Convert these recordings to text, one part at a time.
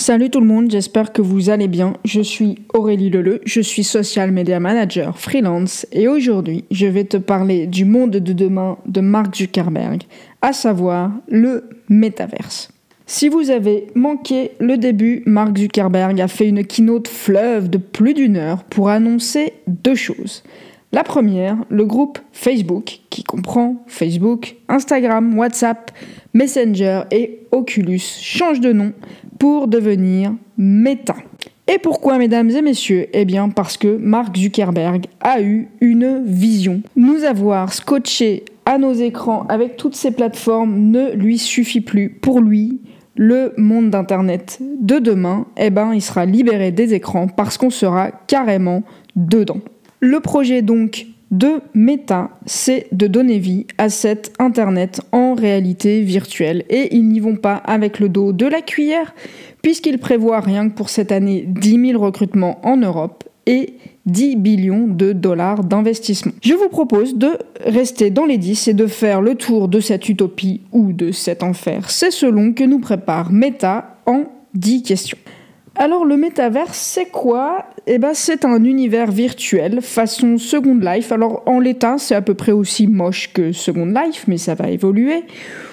Salut tout le monde, j'espère que vous allez bien. Je suis Aurélie Leleu, je suis Social Media Manager freelance et aujourd'hui, je vais te parler du monde de demain de Mark Zuckerberg, à savoir le métaverse. Si vous avez manqué le début, Mark Zuckerberg a fait une keynote fleuve de plus d'une heure pour annoncer deux choses. La première, le groupe Facebook, qui comprend Facebook, Instagram, WhatsApp, Messenger et Oculus, change de nom pour devenir Meta. Et pourquoi, mesdames et messieurs ? Eh bien, parce que Mark Zuckerberg a eu une vision. Nous avoir scotché à nos écrans avec toutes ces plateformes ne lui suffit plus. Pour lui, le monde d'Internet de demain, il sera libéré des écrans parce qu'on sera carrément dedans. Le projet donc de Meta, c'est de donner vie à cet Internet en réalité virtuelle. Et ils n'y vont pas avec le dos de la cuillère, puisqu'ils prévoient rien que pour cette année 10 000 recrutements en Europe et 10 billions de dollars d'investissement. Je vous propose de rester dans les 10 et de faire le tour de cette utopie ou de cet enfer. C'est selon que nous prépare Meta en 10 questions. Alors le métaverse, c'est quoi ? C'est un univers virtuel façon Second Life. Alors en l'état, c'est à peu près aussi moche que Second Life, mais ça va évoluer.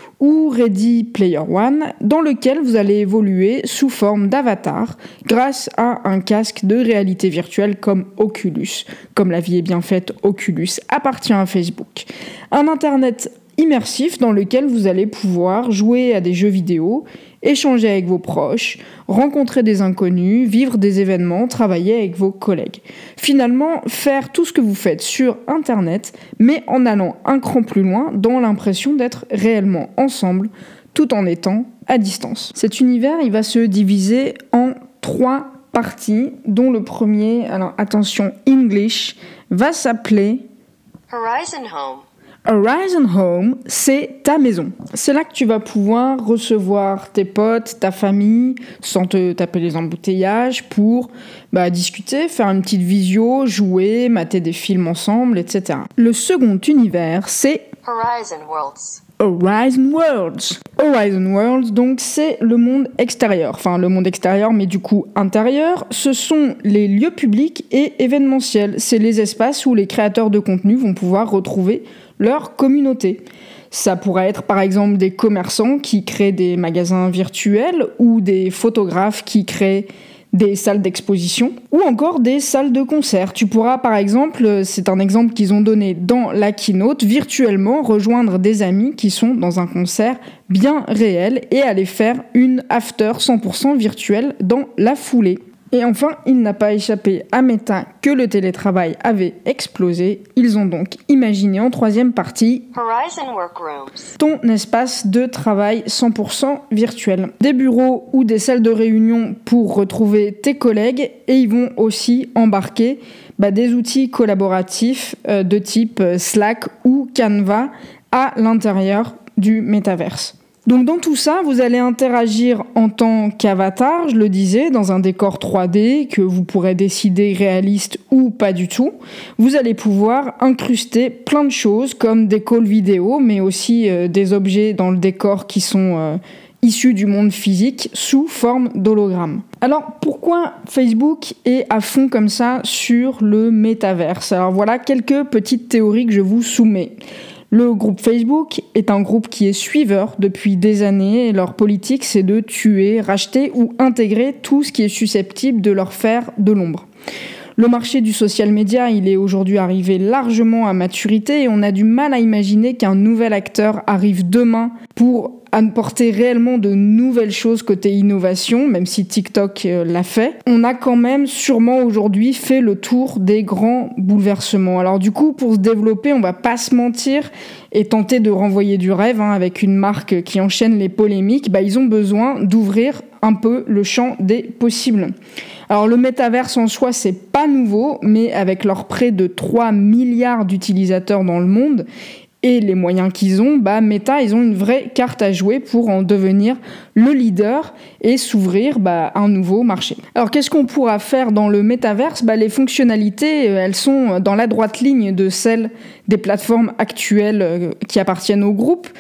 Ou Ready Player One, dans lequel vous allez évoluer sous forme d'avatar grâce à un casque de réalité virtuelle comme Oculus. Comme la vie est bien faite, Oculus appartient à Facebook. Un internet immersif dans lequel vous allez pouvoir jouer à des jeux vidéo, échanger avec vos proches, rencontrer des inconnus, vivre des événements, travailler avec vos collègues. Finalement, faire tout ce que vous faites sur Internet, mais en allant un cran plus loin dans l'impression d'être réellement ensemble, tout en étant à distance. Cet univers, il va se diviser en 3 parties, dont le premier, alors attention, English, va s'appeler Horizon Home. Horizon Home, c'est ta maison. C'est là que tu vas pouvoir recevoir tes potes, ta famille, sans te taper les embouteillages, pour discuter, faire une petite visio, jouer, mater des films ensemble, etc. Le second univers, c'est Horizon Worlds. Horizon Worlds. Horizon Worlds, donc c'est le monde extérieur. Enfin, le monde extérieur, mais du coup intérieur. Ce sont les lieux publics et événementiels. C'est les espaces où les créateurs de contenu vont pouvoir retrouver leur communauté. Ça pourrait être par exemple des commerçants qui créent des magasins virtuels ou des photographes qui créent des salles d'exposition ou encore des salles de concert. Tu pourras par exemple, c'est un exemple qu'ils ont donné dans la keynote, virtuellement rejoindre des amis qui sont dans un concert bien réel et aller faire une after 100% virtuelle dans la foulée. Et enfin, il n'a pas échappé à Meta que le télétravail avait explosé. Ils ont donc imaginé en troisième partie Horizon Workrooms. ton espace de travail 100% virtuel. Des bureaux ou des salles de réunion pour retrouver tes collègues et ils vont aussi embarquer des outils collaboratifs de type Slack ou Canva à l'intérieur du métaverse. Donc dans tout ça, vous allez interagir en tant qu'avatar, je le disais, dans un décor 3D que vous pourrez décider réaliste ou pas du tout. Vous allez pouvoir incruster plein de choses comme des calls vidéo, mais aussi des objets dans le décor qui sont issus du monde physique sous forme d'hologramme. Alors pourquoi Facebook est à fond comme ça sur le métaverse ? Alors voilà quelques petites théories que je vous soumets. Le groupe Facebook est un groupe qui est suiveur depuis des années et leur politique c'est de tuer, racheter ou intégrer tout ce qui est susceptible de leur faire de l'ombre. Le marché du social media, il est aujourd'hui arrivé largement à maturité et on a du mal à imaginer qu'un nouvel acteur arrive demain pour apporter réellement de nouvelles choses côté innovation, même si TikTok l'a fait. On a quand même sûrement aujourd'hui fait le tour des grands bouleversements. Alors du coup, pour se développer, on va pas se mentir et tenter de renvoyer du rêve avec une marque qui enchaîne les polémiques, ils ont besoin d'ouvrir un peu le champ des possibles. Alors le métaverse en soi, c'est pas nouveau, mais avec leurs près de 3 milliards d'utilisateurs dans le monde et les moyens qu'ils ont, Meta, ils ont une vraie carte à jouer pour en devenir le leader et s'ouvrir à un nouveau marché. Alors qu'est-ce qu'on pourra faire dans le métaverse ? Les fonctionnalités, elles sont dans la droite ligne de celles des plateformes actuelles qui appartiennent au groupe.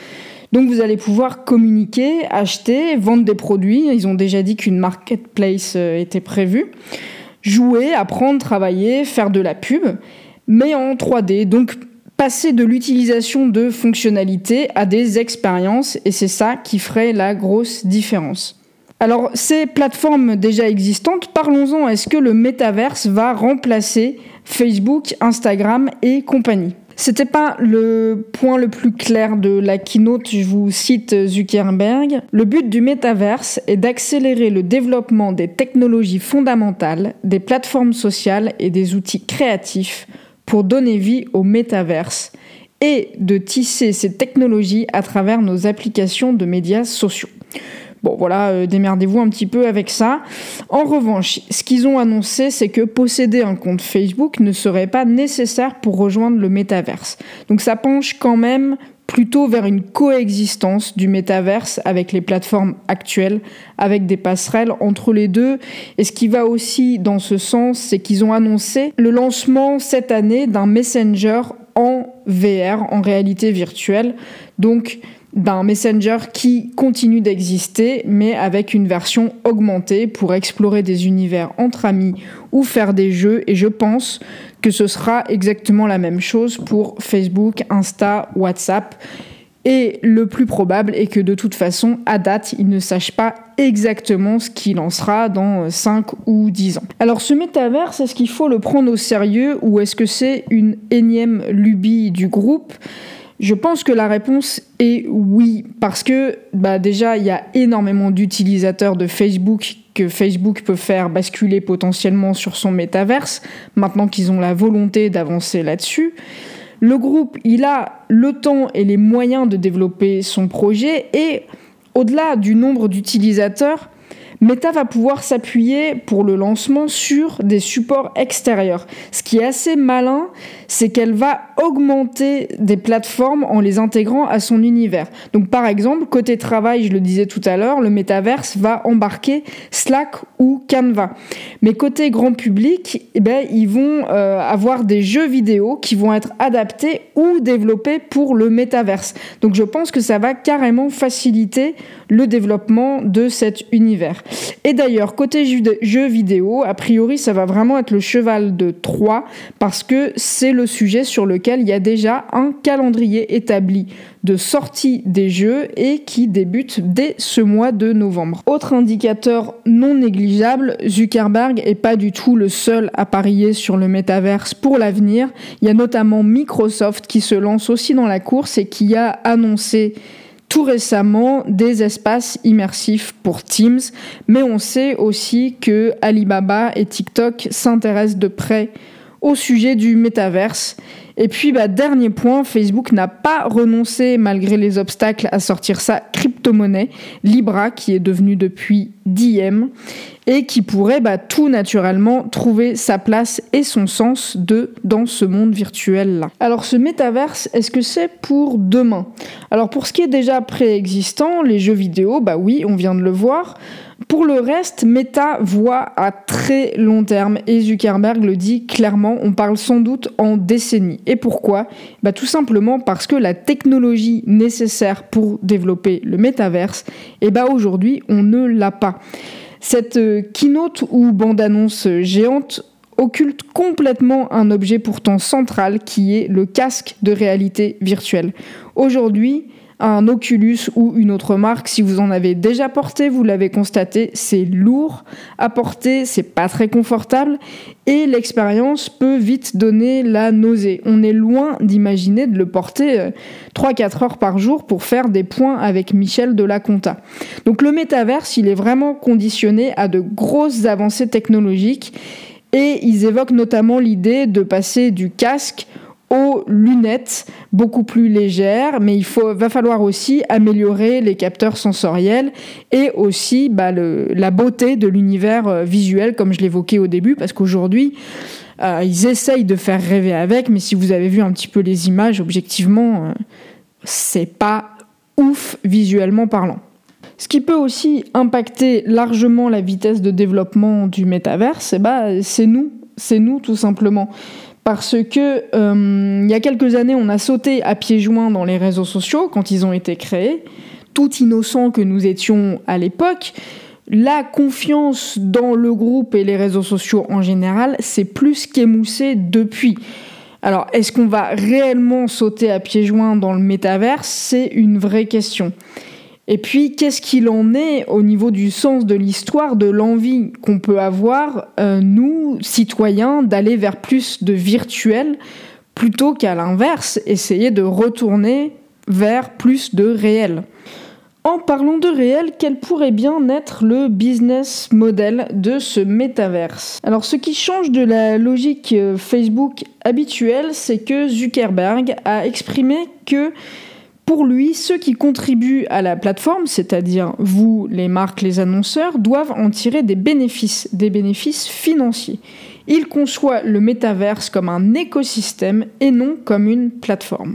Donc vous allez pouvoir communiquer, acheter, vendre des produits. Ils ont déjà dit qu'une marketplace était prévue. Jouer, apprendre, travailler, faire de la pub, mais en 3D. Donc passer de l'utilisation de fonctionnalités à des expériences, et c'est ça qui ferait la grosse différence. Alors, ces plateformes déjà existantes, parlons-en. Est-ce que le métaverse va remplacer Facebook, Instagram et compagnie ? C'était pas le point le plus clair de la keynote, je vous cite Zuckerberg. Le but du métaverse est d'accélérer le développement des technologies fondamentales, des plateformes sociales et des outils créatifs pour donner vie au métaverse et de tisser ces technologies à travers nos applications de médias sociaux. Bon voilà, démerdez-vous un petit peu avec ça. En revanche, ce qu'ils ont annoncé, c'est que posséder un compte Facebook ne serait pas nécessaire pour rejoindre le métaverse. Donc ça penche quand même plutôt vers une coexistence du métaverse avec les plateformes actuelles, avec des passerelles entre les deux. Et ce qui va aussi dans ce sens, c'est qu'ils ont annoncé le lancement cette année d'un Messenger en VR, en réalité virtuelle. Donc d'un Messenger qui continue d'exister, mais avec une version augmentée pour explorer des univers entre amis ou faire des jeux. Et je pense que ce sera exactement la même chose pour Facebook, Insta, WhatsApp. Et le plus probable est que de toute façon, à date, ils ne sachent pas exactement ce qu'il en sera dans 5 ou 10 ans. Alors ce métaverse, est-ce qu'il faut le prendre au sérieux ou est-ce que c'est une énième lubie du groupe ? Je pense que la réponse est oui, parce que déjà, il y a énormément d'utilisateurs de Facebook que Facebook peut faire basculer potentiellement sur son métaverse, maintenant qu'ils ont la volonté d'avancer là-dessus. Le groupe, il a le temps et les moyens de développer son projet, et au-delà du nombre d'utilisateurs, Meta va pouvoir s'appuyer pour le lancement sur des supports extérieurs. Ce qui est assez malin, c'est qu'elle va augmenter des plateformes en les intégrant à son univers. Donc par exemple, côté travail, je le disais tout à l'heure, le métaverse va embarquer Slack ou Canva. Mais côté grand public, ils vont avoir des jeux vidéo qui vont être adaptés ou développés pour le métaverse. Donc je pense que ça va carrément faciliter le développement de cet univers. Et d'ailleurs, côté jeux vidéo, a priori, ça va vraiment être le cheval de Troie parce que c'est le sujet sur lequel il y a déjà un calendrier établi de sortie des jeux et qui débute dès ce mois de novembre. Autre indicateur non négligeable, Zuckerberg est pas du tout le seul à parier sur le métaverse pour l'avenir. Il y a notamment Microsoft qui se lance aussi dans la course et qui a annoncé tout récemment des espaces immersifs pour Teams, mais on sait aussi que Alibaba et TikTok s'intéressent de près au sujet du métaverse. Et puis, dernier point, Facebook n'a pas renoncé, malgré les obstacles, à sortir sa crypto-monnaie, Libra, qui est devenue depuis Diem, et qui pourrait tout naturellement trouver sa place et son sens dans ce monde virtuel-là. Alors, ce métaverse, est-ce que c'est pour demain ? Alors, pour ce qui est déjà préexistant, les jeux vidéo, oui, on vient de le voir. Pour le reste, Meta voit à très long terme, et Zuckerberg le dit clairement, on parle sans doute en décennies. Et pourquoi ? Tout simplement parce que la technologie nécessaire pour développer le métaverse, aujourd'hui, on ne l'a pas. Cette keynote ou bande-annonce géante occulte complètement un objet pourtant central qui est le casque de réalité virtuelle. Aujourd'hui, un Oculus ou une autre marque, si vous en avez déjà porté, vous l'avez constaté, c'est lourd à porter, c'est pas très confortable et l'expérience peut vite donner la nausée. On est loin d'imaginer de le porter 3-4 heures par jour pour faire des points avec Michel de la Compta. Donc le métaverse, il est vraiment conditionné à de grosses avancées technologiques et ils évoquent notamment l'idée de passer du casque aux lunettes beaucoup plus légères, mais va falloir aussi améliorer les capteurs sensoriels et aussi la beauté de l'univers visuel, comme je l'évoquais au début, parce qu'aujourd'hui, ils essayent de faire rêver avec, mais si vous avez vu un petit peu les images, objectivement, c'est pas ouf visuellement parlant. Ce qui peut aussi impacter largement la vitesse de développement du métaverse, c'est nous tout simplement. parce que il y a quelques années, on a sauté à pieds joints dans les réseaux sociaux quand ils ont été créés, tout innocents que nous étions à l'époque. La confiance dans le groupe et les réseaux sociaux en général s'est plus qu'émoussée depuis. Alors, est-ce qu'on va réellement sauter à pieds joints dans le métaverse ? C'est une vraie question. Et puis, qu'est-ce qu'il en est au niveau du sens de l'histoire, de l'envie qu'on peut avoir, nous, citoyens, d'aller vers plus de virtuel, plutôt qu'à l'inverse, essayer de retourner vers plus de réel ? En parlant de réel, quel pourrait bien être le business model de ce métaverse ? Alors, ce qui change de la logique Facebook habituelle, c'est que Zuckerberg a exprimé que pour lui, ceux qui contribuent à la plateforme, c'est-à-dire vous, les marques, les annonceurs, doivent en tirer des bénéfices financiers. Il conçoit le métaverse comme un écosystème et non comme une plateforme.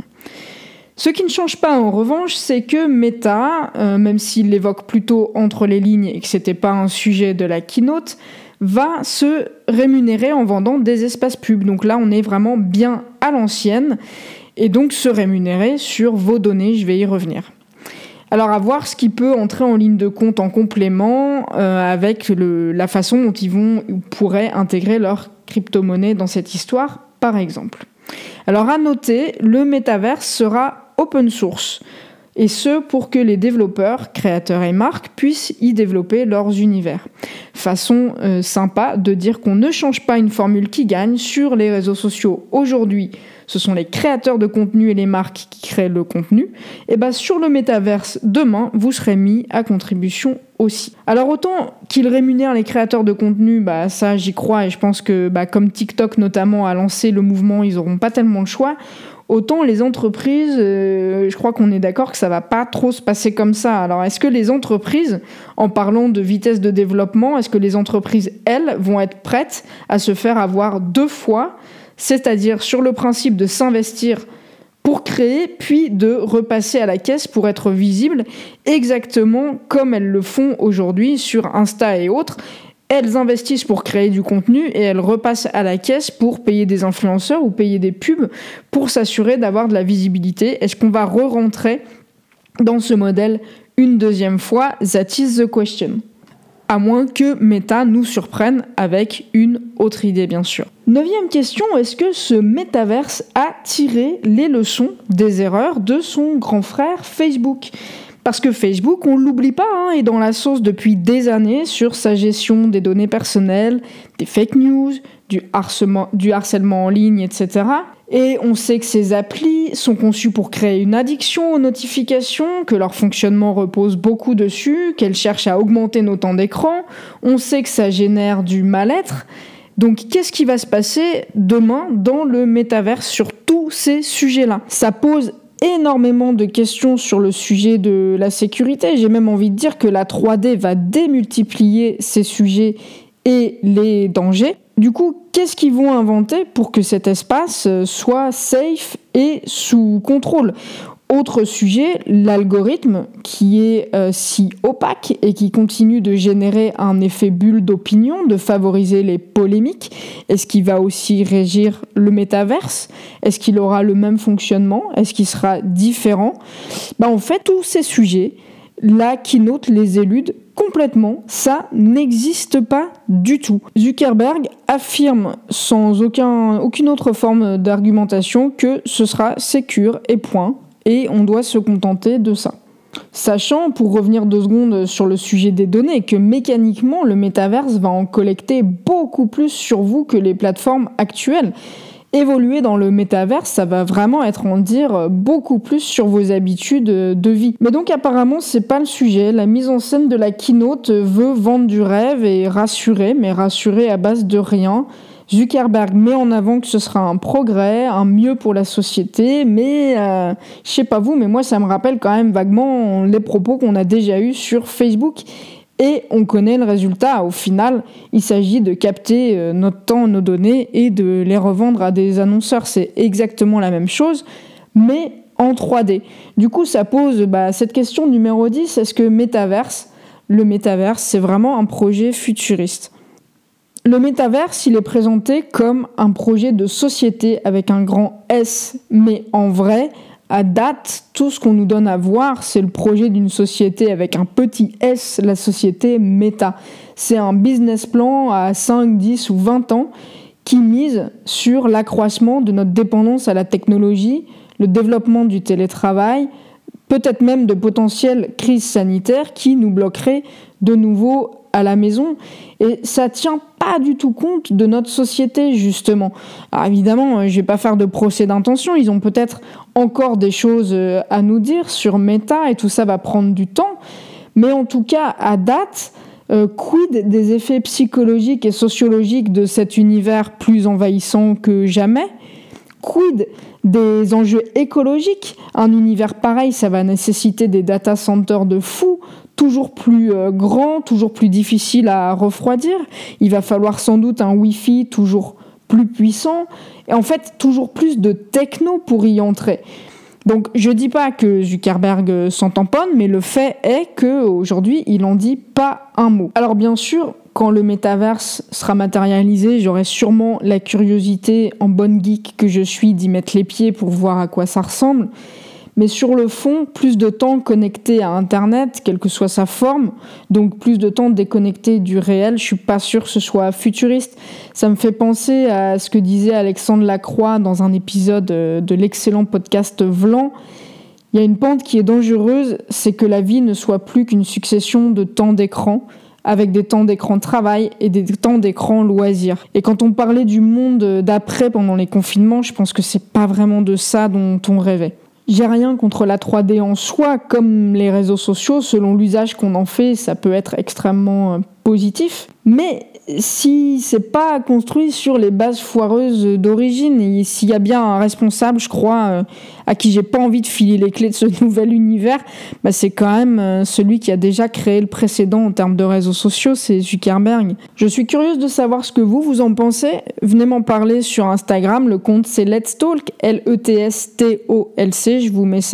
Ce qui ne change pas en revanche, c'est que Meta, même s'il l'évoque plutôt entre les lignes et que c'était pas un sujet de la keynote, va se rémunérer en vendant des espaces pubs. Donc là, on est vraiment bien à l'ancienne et donc se rémunérer sur vos données, je vais y revenir. Alors à voir ce qui peut entrer en ligne de compte en complément avec la façon dont ils pourraient intégrer leur crypto-monnaie dans cette histoire, par exemple. Alors à noter, le métaverse sera open source, et ce pour que les développeurs, créateurs et marques puissent y développer leurs univers. Façon sympa de dire qu'on ne change pas une formule qui gagne sur les réseaux sociaux. Aujourd'hui, ce sont les créateurs de contenu et les marques qui créent le contenu. Et sur le métaverse, demain, vous serez mis à contribution aussi. Alors autant qu'ils rémunèrent les créateurs de contenu, ça j'y crois, et je pense que comme TikTok notamment a lancé le mouvement, ils n'auront pas tellement le choix. Autant les entreprises, je crois qu'on est d'accord que ça va pas trop se passer comme ça. Alors est-ce que les entreprises, en parlant de vitesse de développement, est-ce que les entreprises, elles, vont être prêtes à se faire avoir deux fois, c'est-à-dire sur le principe de s'investir pour créer, puis de repasser à la caisse pour être visible, exactement comme elles le font aujourd'hui sur Insta et autres. Elles investissent pour créer du contenu et elles repassent à la caisse pour payer des influenceurs ou payer des pubs pour s'assurer d'avoir de la visibilité. Est-ce qu'on va re-rentrer dans ce modèle une deuxième fois? That is the question. À moins que Meta nous surprenne avec une autre idée, bien sûr. 9e question, est-ce que ce métaverse a tiré les leçons des erreurs de son grand frère Facebook ? Parce que Facebook, on ne l'oublie pas, est dans la sauce depuis des années sur sa gestion des données personnelles, des fake news, du harcèlement en ligne, etc. Et on sait que ces applis sont conçues pour créer une addiction aux notifications, que leur fonctionnement repose beaucoup dessus, qu'elles cherchent à augmenter nos temps d'écran. On sait que ça génère du mal-être. Donc, qu'est-ce qui va se passer demain dans le métaverse sur tous ces sujets-là ? Ça pose énormément de questions sur le sujet de la sécurité. J'ai même envie de dire que la 3D va démultiplier ces sujets et les dangers. Du coup, qu'est-ce qu'ils vont inventer pour que cet espace soit safe et sous contrôle ? Autre sujet, l'algorithme qui est si opaque et qui continue de générer un effet bulle d'opinion, de favoriser les polémiques. Est-ce qu'il va aussi régir le métaverse ? Est-ce qu'il aura le même fonctionnement ? Est-ce qu'il sera différent ? En fait, tous ces sujets, la keynote les élude complètement. Ça n'existe pas du tout. Zuckerberg affirme sans aucune autre forme d'argumentation que ce sera sécure et point. Et on doit se contenter de ça. Sachant, pour revenir 2 secondes sur le sujet des données, que mécaniquement, le métaverse va en collecter beaucoup plus sur vous que les plateformes actuelles. Évoluer dans le métaverse, ça va vraiment être en dire beaucoup plus sur vos habitudes de vie. Mais donc apparemment, c'est pas le sujet. La mise en scène de la keynote veut vendre du rêve et rassurer, mais rassurer à base de rien. Zuckerberg met en avant que ce sera un progrès, un mieux pour la société, mais je sais pas vous, mais moi ça me rappelle quand même vaguement les propos qu'on a déjà eus sur Facebook. Et on connaît le résultat. Au final, il s'agit de capter notre temps, nos données et de les revendre à des annonceurs. C'est exactement la même chose, mais en 3D. Du coup, ça pose cette question numéro 10. Est-ce que le métaverse, c'est vraiment un projet futuriste ? Le métaverse, il est présenté comme un projet de société avec un grand S, mais en vrai, à date, tout ce qu'on nous donne à voir, c'est le projet d'une société avec un petit S, la société Meta. C'est un business plan à 5, 10 ou 20 ans qui mise sur l'accroissement de notre dépendance à la technologie, le développement du télétravail, peut-être même de potentielles crises sanitaires qui nous bloqueraient de nouveau à la maison. Et ça tient pas du tout compte de notre société, justement. Alors évidemment, je vais pas faire de procès d'intention, ils ont peut-être encore des choses à nous dire sur Meta et tout ça va prendre du temps. Mais en tout cas, à date, quid des effets psychologiques et sociologiques de cet univers plus envahissant que jamais ? Quid des enjeux écologiques ? Un univers pareil, ça va nécessiter des data centers de fous, toujours plus grands, toujours plus difficiles à refroidir. Il va falloir sans doute un Wi-Fi toujours plus puissant, et en fait toujours plus de techno pour y entrer. Donc je dis pas que Zuckerberg s'en tamponne, mais le fait est qu'aujourd'hui il en dit pas un mot. Alors bien sûr, quand le métaverse sera matérialisé, j'aurai sûrement la curiosité en bonne geek que je suis d'y mettre les pieds pour voir à quoi ça ressemble. Mais sur le fond, plus de temps connecté à Internet, quelle que soit sa forme, donc plus de temps déconnecté du réel, je suis pas sûre que ce soit futuriste. Ça me fait penser à ce que disait Alexandre Lacroix dans un épisode de l'excellent podcast Vlan. Il y a une pente qui est dangereuse, c'est que la vie ne soit plus qu'une succession de temps d'écran, avec des temps d'écran travail et des temps d'écran loisirs. Et quand on parlait du monde d'après pendant les confinements, je pense que c'est pas vraiment de ça dont on rêvait. J'ai rien contre la 3D en soi, comme les réseaux sociaux, selon l'usage qu'on en fait, ça peut être extrêmement positif. Mais si c'est pas construit sur les bases foireuses d'origine, et s'il y a bien un responsable, je crois, à qui j'ai pas envie de filer les clés de ce nouvel univers, c'est quand même celui qui a déjà créé le précédent en termes de réseaux sociaux, c'est Zuckerberg. Je suis curieuse de savoir ce que vous en pensez. Venez m'en parler sur Instagram, le compte c'est Let's Talk, LETSTOLC, je vous mets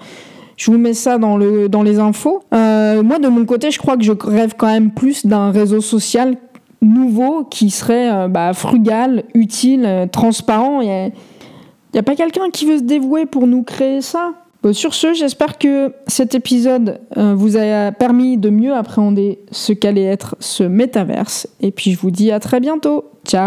ça dans les infos. Moi, de mon côté, je crois que je rêve quand même plus d'un réseau social nouveau qui serait frugal, utile, transparent. Il y a pas quelqu'un qui veut se dévouer pour nous créer ça ? Bon, sur ce, j'espère que cet épisode vous a permis de mieux appréhender ce qu'allait être ce métaverse. Et puis, je vous dis à très bientôt. Ciao !